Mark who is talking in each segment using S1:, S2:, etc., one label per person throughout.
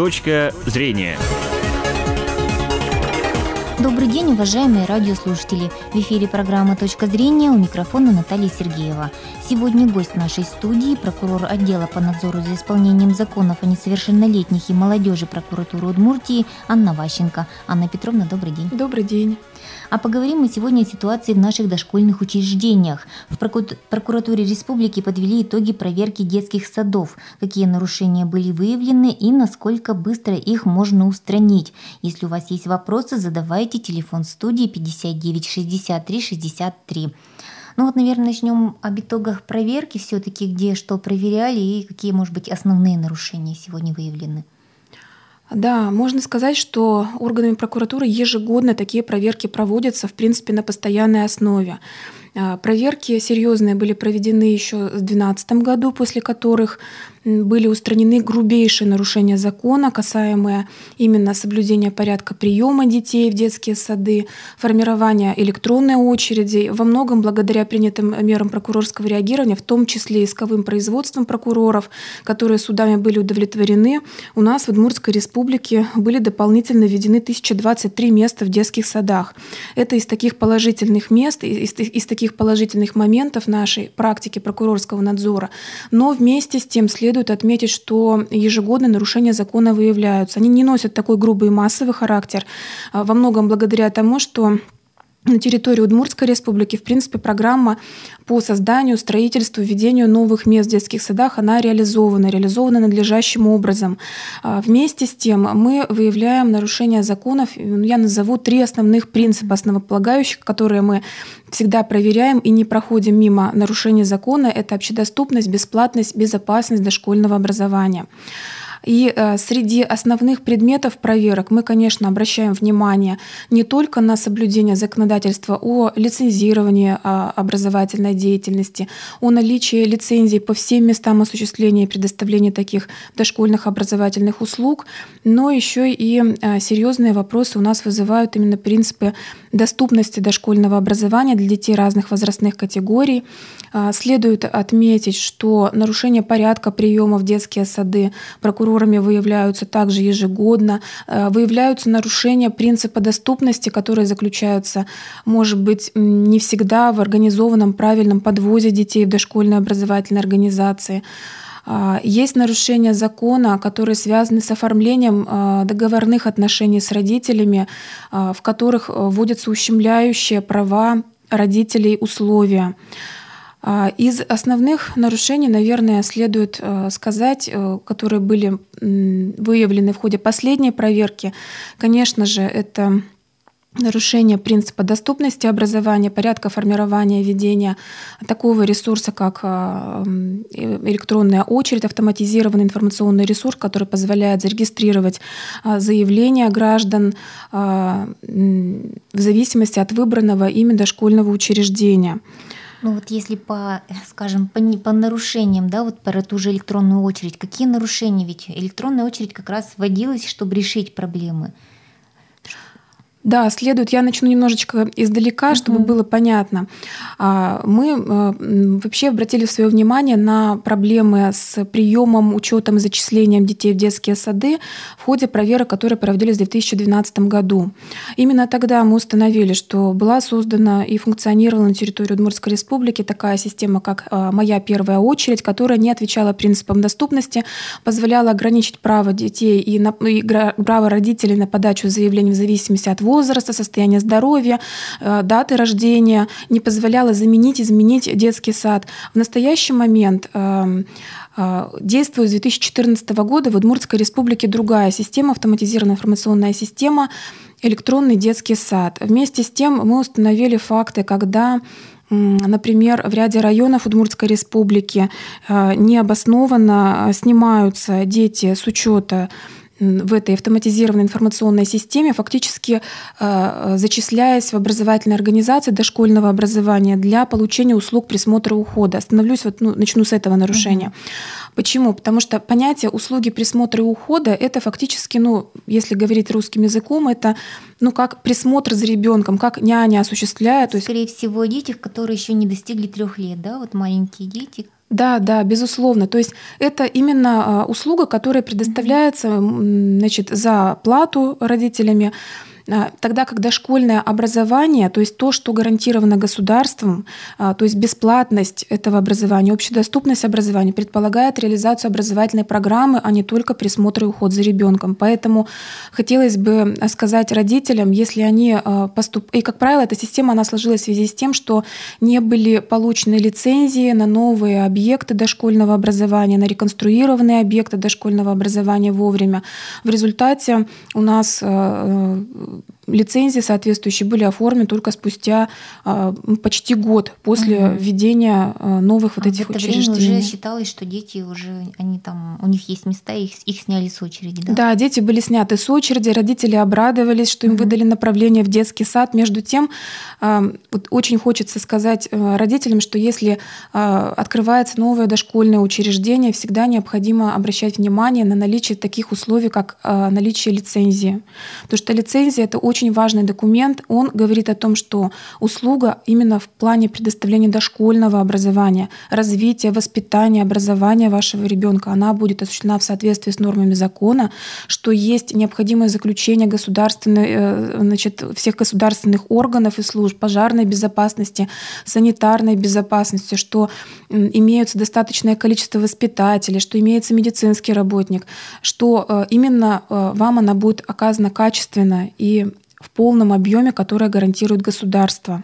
S1: Точка зрения.
S2: Добрый день, уважаемые радиослушатели. В эфире программа «Точка зрения», у микрофона Наталья Сергеева. Сегодня гость нашей студии, прокурор отдела по надзору за исполнением законов о несовершеннолетних и молодежи прокуратуры Удмуртии Анна Ващенко. Анна Петровна, добрый день.
S3: Добрый день.
S2: А поговорим мы сегодня о ситуации в наших дошкольных учреждениях. В прокуратуре республики подвели итоги проверки детских садов. Какие нарушения были выявлены и насколько быстро их можно устранить. Если у вас есть вопросы, задавайте. Телефон студии 59 63 63. Наверное, начнем об итогах проверки все-таки, где что проверяли и какие, может быть, основные нарушения сегодня выявлены.
S3: Да, можно сказать, что органами прокуратуры ежегодно такие проверки проводятся, в принципе, на постоянной основе. Проверки серьезные были проведены еще в 2012 году, после которых были устранены грубейшие нарушения закона, касаемые именно соблюдения порядка приема детей в детские сады, формирования электронной очереди, во многом благодаря принятым мерам прокурорского реагирования, в том числе исковым производством прокуроров, которые судами были удовлетворены. У нас в Удмуртской республике были дополнительно введены 1023 места в детских садах. Это из таких положительных мест, из таких положительных моментов нашей практики прокурорского надзора. Но вместе с тем следует отметить, что ежегодно нарушения закона выявляются. Они не носят такой грубый и массовый характер, во многом благодаря тому, что на территории Удмуртской республики, в принципе, программа по созданию, строительству, введению новых мест в детских садах, она реализована надлежащим образом. Вместе с тем мы выявляем нарушения законов, я назову 3 основных принципа основополагающих, которые мы всегда проверяем и не проходим мимо нарушений закона. Это общедоступность, бесплатность, безопасность дошкольного образования. И среди основных предметов проверок мы, конечно, обращаем внимание не только на соблюдение законодательства о лицензировании образовательной деятельности, о наличии лицензий по всем местам осуществления и предоставления таких дошкольных образовательных услуг, но еще и серьезные вопросы у нас вызывают именно принципы доступности дошкольного образования для детей разных возрастных категорий. Следует отметить, что нарушение порядка приема в детские сады прокурорами выявляются также ежегодно. Выявляются нарушения принципа доступности, которые заключаются, может быть, не всегда в организованном правильном подвозе детей в дошкольные образовательные организации. Есть нарушения закона, которые связаны с оформлением договорных отношений с родителями, в которых вводятся ущемляющие права родителей условия. Из основных нарушений, наверное, следует сказать, которые были выявлены в ходе последней проверки, конечно же, это нарушение принципа доступности образования, порядка формирования и ведения такого ресурса, как электронная очередь, автоматизированный информационный ресурс, который позволяет зарегистрировать заявления граждан в зависимости от выбранного ими дошкольного учреждения.
S2: Если по нарушениям, про ту же электронную очередь, какие нарушения? Ведь электронная очередь как раз вводилась, чтобы решить проблемы.
S3: Да, я начну немножечко издалека, чтобы было понятно. Мы вообще обратили свое внимание на проблемы с приемом, учетом и зачислением детей в детские сады в ходе проверок, которые проводились в 2012 году. Именно тогда мы установили, что была создана и функционировала на территории Удмуртской республики такая система, как «Моя первая очередь», которая не отвечала принципам доступности, позволяла ограничить право детей и право родителей на подачу заявлений в зависимости от возраста, состояния здоровья, даты рождения, не позволяла изменить детский сад. В настоящий момент действует с 2014 года в Удмуртской республике другая система, автоматизированная информационная система, электронный детский сад. Вместе с тем мы установили факты, когда, например, в ряде районов Удмуртской республики необоснованно снимаются дети с учета в этой автоматизированной информационной системе, фактически зачисляясь в образовательные организации дошкольного образования для получения услуг присмотра и ухода. Начну с этого нарушения. Почему? Потому что понятие услуги присмотра и ухода — это фактически, если говорить русским языком, это как присмотр за ребенком, как няня осуществляет.
S2: Скорее всего, дети, которые еще не достигли 3 лет, маленькие дети.
S3: Да, да, безусловно. То есть это именно услуга, которая предоставляется, значит, за плату родителями. Тогда как дошкольное образование, то есть то, что гарантировано государством, то есть бесплатность этого образования, общедоступность образования предполагает реализацию образовательной программы, а не только присмотр и уход за ребенком. Поэтому хотелось бы сказать родителям, если они и, как правило, эта система, она сложилась в связи с тем, что не были получены лицензии на новые объекты дошкольного образования, на реконструированные объекты дошкольного образования вовремя. В результате у нас лицензии соответствующие были оформлены только спустя почти год после введения новых вот этих
S2: в это
S3: учреждений.
S2: время уже считалось, что дети уже, они там, у них есть места, их сняли с очереди, да?
S3: Да, дети были сняты с очереди, родители обрадовались, что им выдали направление в детский сад. Между тем, вот очень хочется сказать родителям, что если открывается новое дошкольное учреждение, всегда необходимо обращать внимание на наличие таких условий, как наличие лицензии. Потому что лицензия — это очень важный документ. Он говорит о том, что услуга именно в плане предоставления дошкольного образования, развития, воспитания, образования вашего ребенка, она будет осуществлена в соответствии с нормами закона, что есть необходимое заключение всех государственных органов и служб пожарной безопасности, санитарной безопасности, что имеется достаточное количество воспитателей, что имеется медицинский работник, что именно вам она будет оказана качественно и в полном объеме, которое гарантирует государство.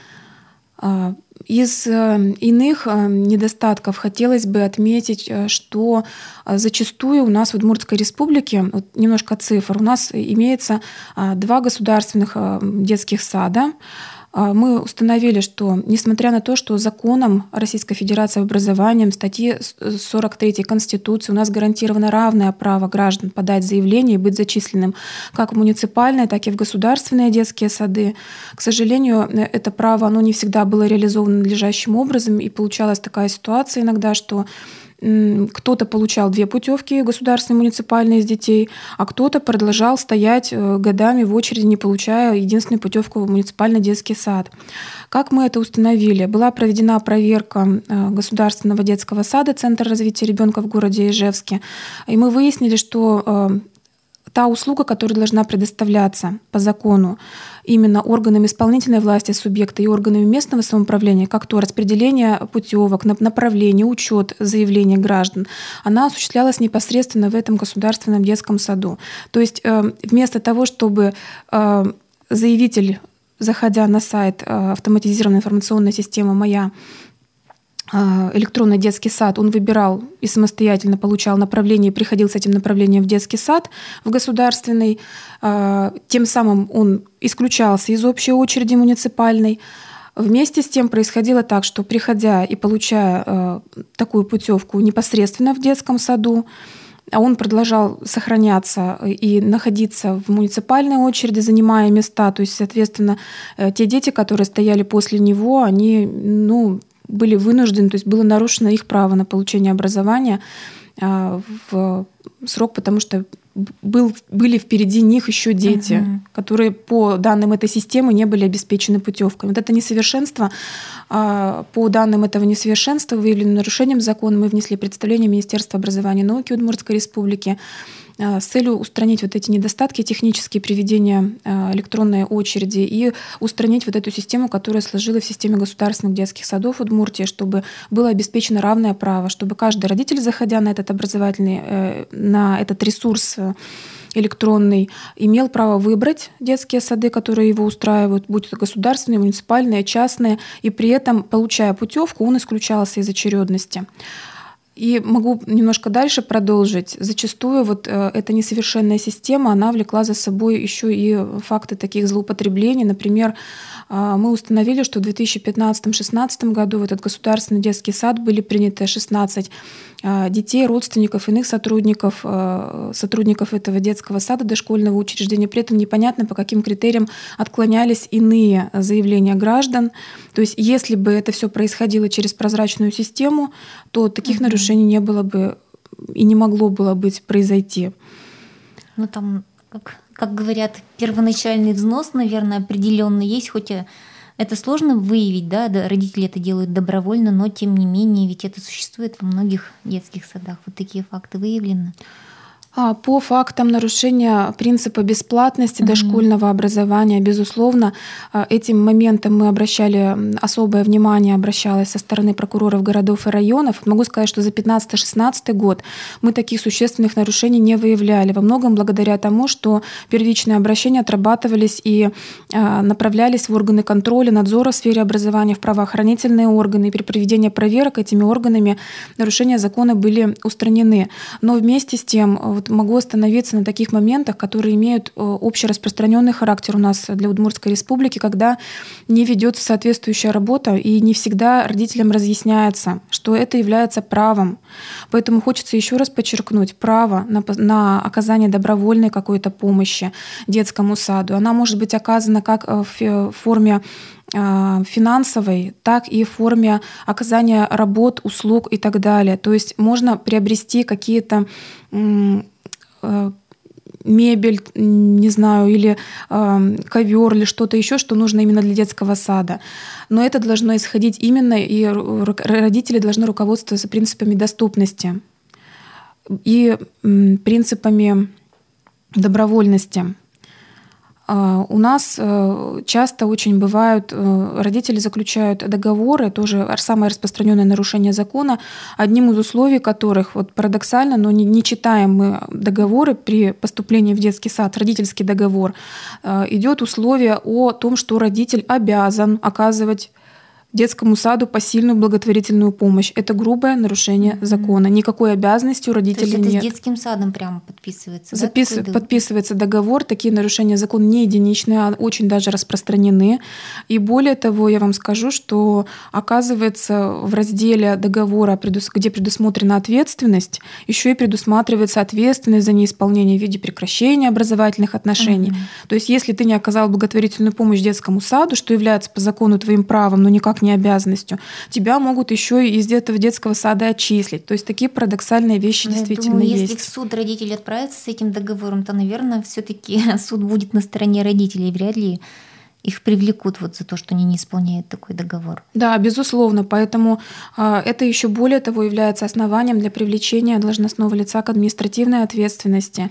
S3: Из иных недостатков хотелось бы отметить, что зачастую у нас в Удмуртской республике, вот немножко цифр, у нас имеется 2 государственных детских сада. Мы установили, что несмотря на то, что законом Российской Федерации об образовании, статьи 43 Конституции, у нас гарантировано равное право граждан подать заявление и быть зачисленным как в муниципальные, так и в государственные детские сады. К сожалению, это право, оно не всегда было реализовано надлежащим образом, и получалась такая ситуация иногда, что кто-то получал 2 путевки государственные, муниципальные с детей, а кто-то продолжал стоять годами в очереди, не получая единственную путевку в муниципальный детский сад. Как мы это установили? Была проведена проверка государственного детского сада Центра развития ребенка в городе Ижевске, и мы выяснили, что та услуга, которая должна предоставляться по закону именно органами исполнительной власти субъекта и органами местного самоуправления, как то распределение путевок, направление, учет заявлений граждан, она осуществлялась непосредственно в этом государственном детском саду. То есть вместо того, чтобы заявитель, заходя на сайт автоматизированной информационной системы «Моя», электронный детский сад, он выбирал и самостоятельно получал направление и приходил с этим направлением в детский сад, в государственный. Тем самым он исключался из общей очереди муниципальной. Вместе с тем происходило так, что, приходя и получая такую путевку непосредственно в детском саду, он продолжал сохраняться и находиться в муниципальной очереди, занимая места. То есть, соответственно, те дети, которые стояли после него, они были вынуждены, то есть было нарушено их право на получение образования в срок, потому что были впереди них еще дети, которые по данным этой системы не были обеспечены путевками. Вот это несовершенство, по данным этого несовершенства, выявленным нарушением закона, мы внесли представление Министерства образования и науки Удмуртской республики с целью устранить вот эти недостатки технические приведения электронной очереди и устранить вот эту систему, которая сложилась в системе государственных детских садов Удмуртии, чтобы было обеспечено равное право, чтобы каждый родитель, заходя на этот образовательный, на этот ресурс электронный, имел право выбрать детские сады, которые его устраивают, будь это государственные, муниципальные, частные, и при этом, получая путевку, он исключался из очередности. И могу немножко дальше продолжить. Зачастую вот эта несовершенная система, она влекла за собой еще и факты таких злоупотреблений. Например, мы установили, что в 2015-2016 году в этот государственный детский сад были приняты 16 детей, родственников, иных сотрудников этого детского сада, дошкольного учреждения. При этом непонятно, по каким критериям отклонялись иные заявления граждан. То есть если бы это все происходило через прозрачную систему, то таких нарушений не было бы и не могло было быть произойти.
S2: Ну там, как говорят, первоначальный взнос, наверное, определенный есть, хоть Это сложно выявить, да, родители это делают добровольно, но тем не менее, ведь это существует во многих детских садах. Вот такие факты выявлены.
S3: По фактам нарушения принципа бесплатности дошкольного образования, безусловно, этим моментом мы обращали особое внимание, обращалась со стороны прокуроров городов и районов. Могу сказать, что за 15-16 год мы таких существенных нарушений не выявляли. Во многом благодаря тому, что первичные обращения отрабатывались и направлялись в органы контроля, надзора в сфере образования, в правоохранительные органы. И при проведении проверок этими органами нарушения закона были устранены. Но вместе с тем могу остановиться на таких моментах, которые имеют общераспространенный характер у нас для Удмуртской республики, когда не ведется соответствующая работа и не всегда родителям разъясняется, что это является правом. Поэтому хочется еще раз подчеркнуть право на оказание добровольной какой-то помощи детскому саду. Она может быть оказана как в форме финансовой, так и в форме оказания работ, услуг и так далее. То есть можно приобрести какие-то мебель, не знаю, или ковер, или что-то еще, что нужно именно для детского сада. Но это должно исходить именно, и родители должны руководствоваться принципами доступности и принципами добровольности. У нас часто очень бывают, родители заключают договоры, тоже самое распространенное нарушение закона, одним из условий которых, вот парадоксально, но не читаем мы договоры при поступлении в детский сад, родительский договор, идет условие о том, что родитель обязан оказывать детскому саду посильную благотворительную помощь. Это грубое нарушение закона. Никакой обязанности у родителей нет.
S2: То есть это с детским садом прямо подписывается?
S3: Подписывается договор. Такие нарушения закона не единичные, а очень даже распространены. И более того, я вам скажу, что оказывается в разделе договора, где предусмотрена ответственность, еще и предусматривается ответственность за неисполнение в виде прекращения образовательных отношений. То есть если ты не оказал благотворительную помощь детскому саду, что является по закону твоим правом, но никак не обязанностью, тебя могут еще и из этого детского сада отчислить. То есть такие парадоксальные вещи действительно есть.
S2: Если в суд родители отправятся с этим договором, то, наверное, все-таки суд будет на стороне родителей. Вряд ли их привлекут вот за то, что они не исполняют такой договор.
S3: Да, безусловно. Поэтому это еще более того является основанием для привлечения должностного лица к административной ответственности.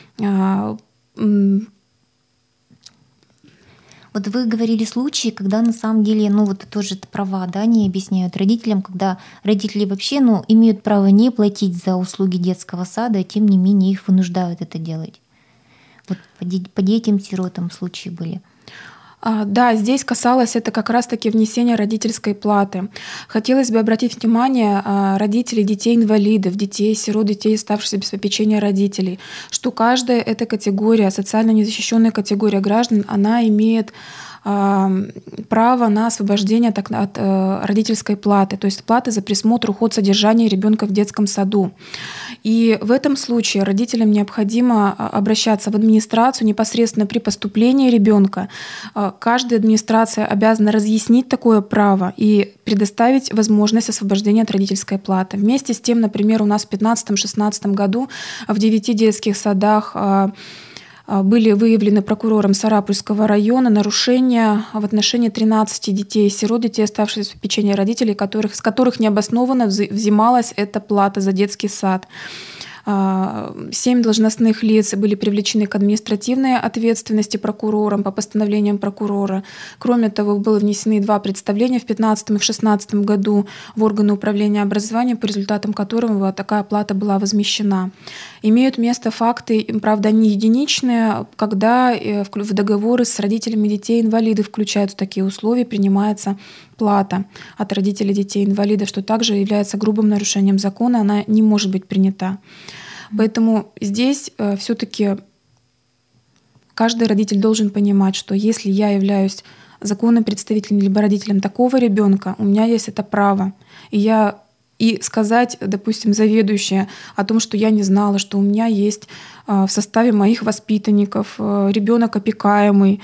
S2: Вот вы говорили случаи, когда на самом деле, вот тоже права, да, не объясняют родителям, когда родители вообще, имеют право не платить за услуги детского сада, а тем не менее их вынуждают это делать. Вот по детям-сиротам случаи были.
S3: Да, здесь касалось это как раз-таки внесения родительской платы. Хотелось бы обратить внимание родителей детей-инвалидов, детей-сирот, детей, оставшихся без попечения родителей, что каждая эта категория, социально незащищенная категория граждан, она имеет право на освобождение от родительской платы, то есть платы за присмотр, уход, содержание ребенка в детском саду. И в этом случае родителям необходимо обращаться в администрацию непосредственно при поступлении ребенка. Каждая администрация обязана разъяснить такое право и предоставить возможность освобождения от родительской платы. Вместе с тем, например, у нас в 2015-2016 году в 9 детских садах были выявлены прокурором Сарапульского района нарушения в отношении 13 детей-сирот, детей, оставшихся в попечении родителей, с которых необоснованно взималась эта плата за детский сад. 7 должностных лиц были привлечены к административной ответственности прокурором по постановлениям прокурора. Кроме того, были внесены 2 представления в 2015 и в 2016 году в органы управления образованием, по результатам которого такая плата была возмещена. Имеют место факты, правда, они единичные, когда в договоры с родителями детей-инвалидов включаются такие условия, принимается плата от родителей детей-инвалидов, что также является грубым нарушением закона, она не может быть принята. Поэтому здесь все-таки каждый родитель должен понимать, что если я являюсь законным представителем либо родителем такого ребенка, у меня есть это право. И сказать, допустим, заведующей о том, что я не знала, что у меня есть в составе моих воспитанников ребенок опекаемый.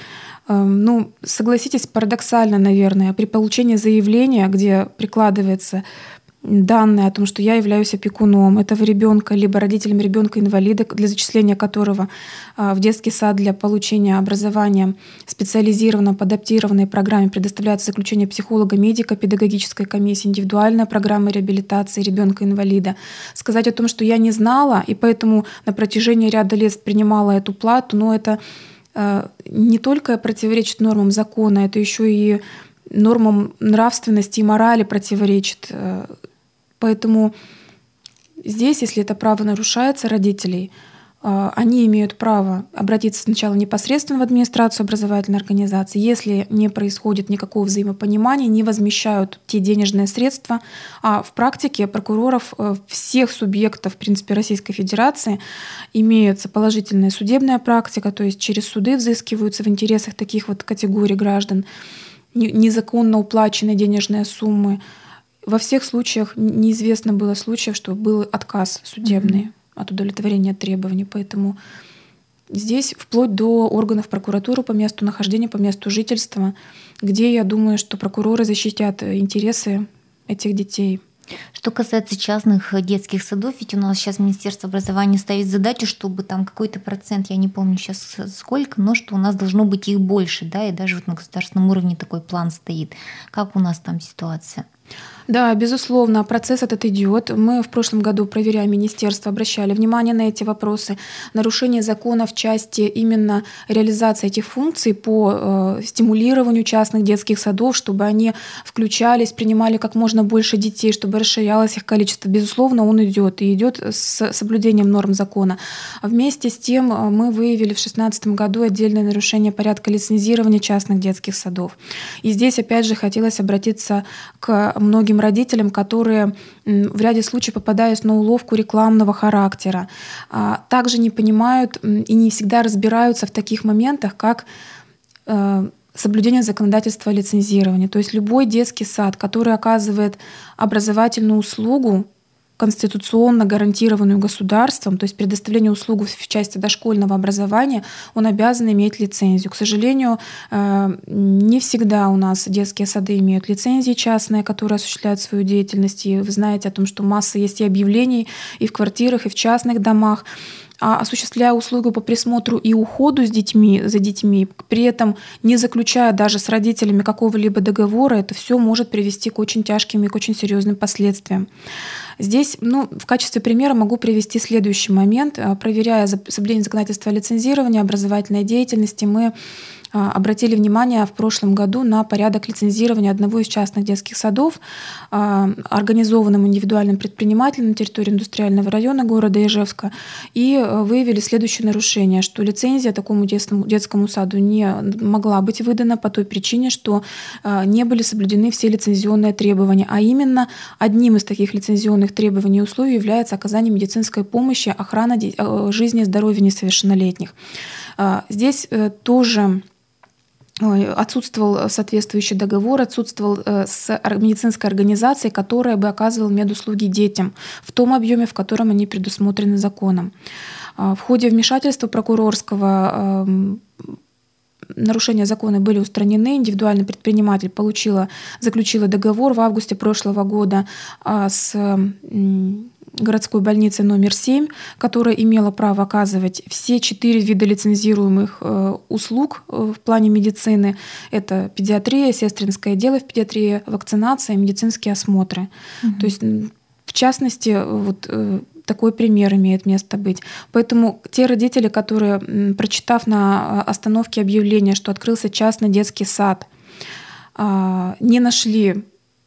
S3: Согласитесь, парадоксально, наверное, при получении заявления, где прикладывается данные о том, что я являюсь опекуном этого ребенка, либо родителем ребенка-инвалида, для зачисления которого в детский сад для получения образования специализированном по адаптированной программе предоставляется заключение психолога, медика, педагогической комиссии, индивидуальная программа реабилитации ребенка-инвалида. Сказать о том, что я не знала, и поэтому на протяжении ряда лет принимала эту плату, но это не только противоречит нормам закона, это еще и нормам нравственности и морали противоречит. Поэтому здесь, если это право нарушается родителей, они имеют право обратиться сначала непосредственно в администрацию образовательной организации. Если не происходит никакого взаимопонимания, не возмещают те денежные средства. А в практике прокуроров всех субъектов, в принципе, Российской Федерации имеется положительная судебная практика, то есть через суды взыскиваются в интересах таких вот категорий граждан незаконно уплаченные денежные суммы. Во всех случаях неизвестно было случаев, что был отказ судебный от удовлетворения требований. Поэтому здесь вплоть до органов прокуратуры по месту нахождения, по месту жительства, где, я думаю, что прокуроры защитят интересы этих детей.
S2: Что касается частных детских садов, ведь у нас сейчас Министерство образования ставит задачу, чтобы там какой-то процент, я не помню сейчас сколько, но что у нас должно быть их больше, да, и даже вот на государственном уровне такой план стоит. Как у нас там ситуация?
S3: Да, безусловно, процесс этот идет. Мы в прошлом году, проверяя министерство, обращали внимание на эти вопросы. Нарушение закона в части именно реализации этих функций по стимулированию частных детских садов, чтобы они включались, принимали как можно больше детей, чтобы расширялось их количество. Безусловно, он идет и идет с соблюдением норм закона. Вместе с тем мы выявили в 2016 году отдельное нарушение порядка лицензирования частных детских садов. И здесь опять же хотелось обратиться к многим родителям, которые в ряде случаев попадают на уловку рекламного характера, также не понимают и не всегда разбираются в таких моментах, как соблюдение законодательства о лицензировании. То есть любой детский сад, который оказывает образовательную услугу, конституционно гарантированную государством, то есть предоставление услуг в части дошкольного образования, он обязан иметь лицензию. К сожалению, не всегда у нас детские сады имеют лицензии частные, которые осуществляют свою деятельность. И вы знаете о том, что масса есть и объявлений и в квартирах, и в частных домах. А осуществляя услугу по присмотру и уходу за детьми, при этом не заключая даже с родителями какого-либо договора, это все может привести к очень тяжким и к очень серьезным последствиям. Здесь, в качестве примера могу привести следующий момент. Проверяя соблюдение законодательства о лицензировании образовательной деятельности, мы обратили внимание в прошлом году на порядок лицензирования одного из частных детских садов, организованным индивидуальным предпринимателем на территории индустриального района города Ижевска, и выявили следующее нарушение, что лицензия такому детскому саду не могла быть выдана по той причине, что не были соблюдены все лицензионные требования, а именно одним из таких лицензионных требований и условий является оказание медицинской помощи, охрана жизни и здоровья несовершеннолетних. Здесь тоже отсутствовал соответствующий договор, отсутствовал с медицинской организацией, которая бы оказывала медуслуги детям в том объеме, в котором они предусмотрены законом. В ходе вмешательства прокурорского нарушения закона были устранены. Индивидуальный предприниматель заключила договор в августе прошлого года с городской больницы номер 7, которая имела право оказывать все 4 вида лицензируемых услуг в плане медицины. Это педиатрия, сестринское дело в педиатрии, вакцинация, медицинские осмотры. То есть, в частности, такой пример имеет место быть. Поэтому те родители, которые, прочитав на остановке объявление, что открылся частный детский сад, не нашли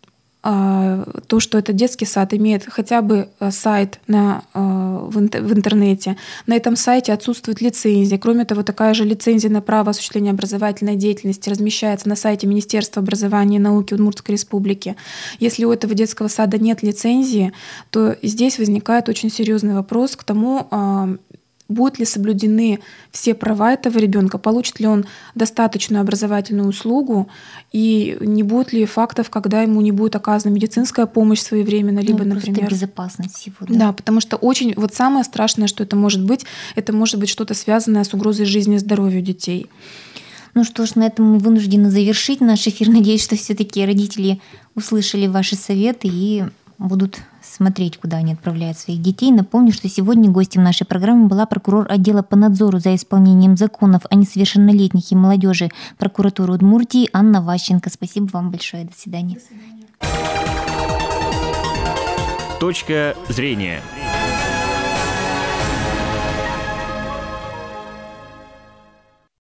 S3: то, что этот детский сад имеет хотя бы сайт в интернете. На этом сайте отсутствует лицензия. Кроме того, такая же лицензия на право осуществления образовательной деятельности размещается на сайте Министерства образования и науки Удмуртской Республики. Если у этого детского сада нет лицензии, то здесь возникает очень серьезный вопрос к тому, будут ли соблюдены все права этого ребенка, получит ли он достаточную образовательную услугу, и не будет ли фактов, когда ему не будет оказана медицинская помощь своевременно, либо, например,
S2: безопасность его.
S3: Да, потому что самое страшное, что это может быть что-то связанное с угрозой жизни и здоровью детей.
S2: Ну что ж, на этом мы вынуждены завершить наш эфир. Надеюсь, что все-таки родители услышали ваши советы и будут смотреть, куда они отправляют своих детей. Напомню, что сегодня гостем нашей программы была прокурор отдела по надзору за исполнением законов о несовершеннолетних и молодежи прокуратуры Удмуртии Анна Ващенко. Спасибо вам большое. До свидания.
S1: Точка зрения.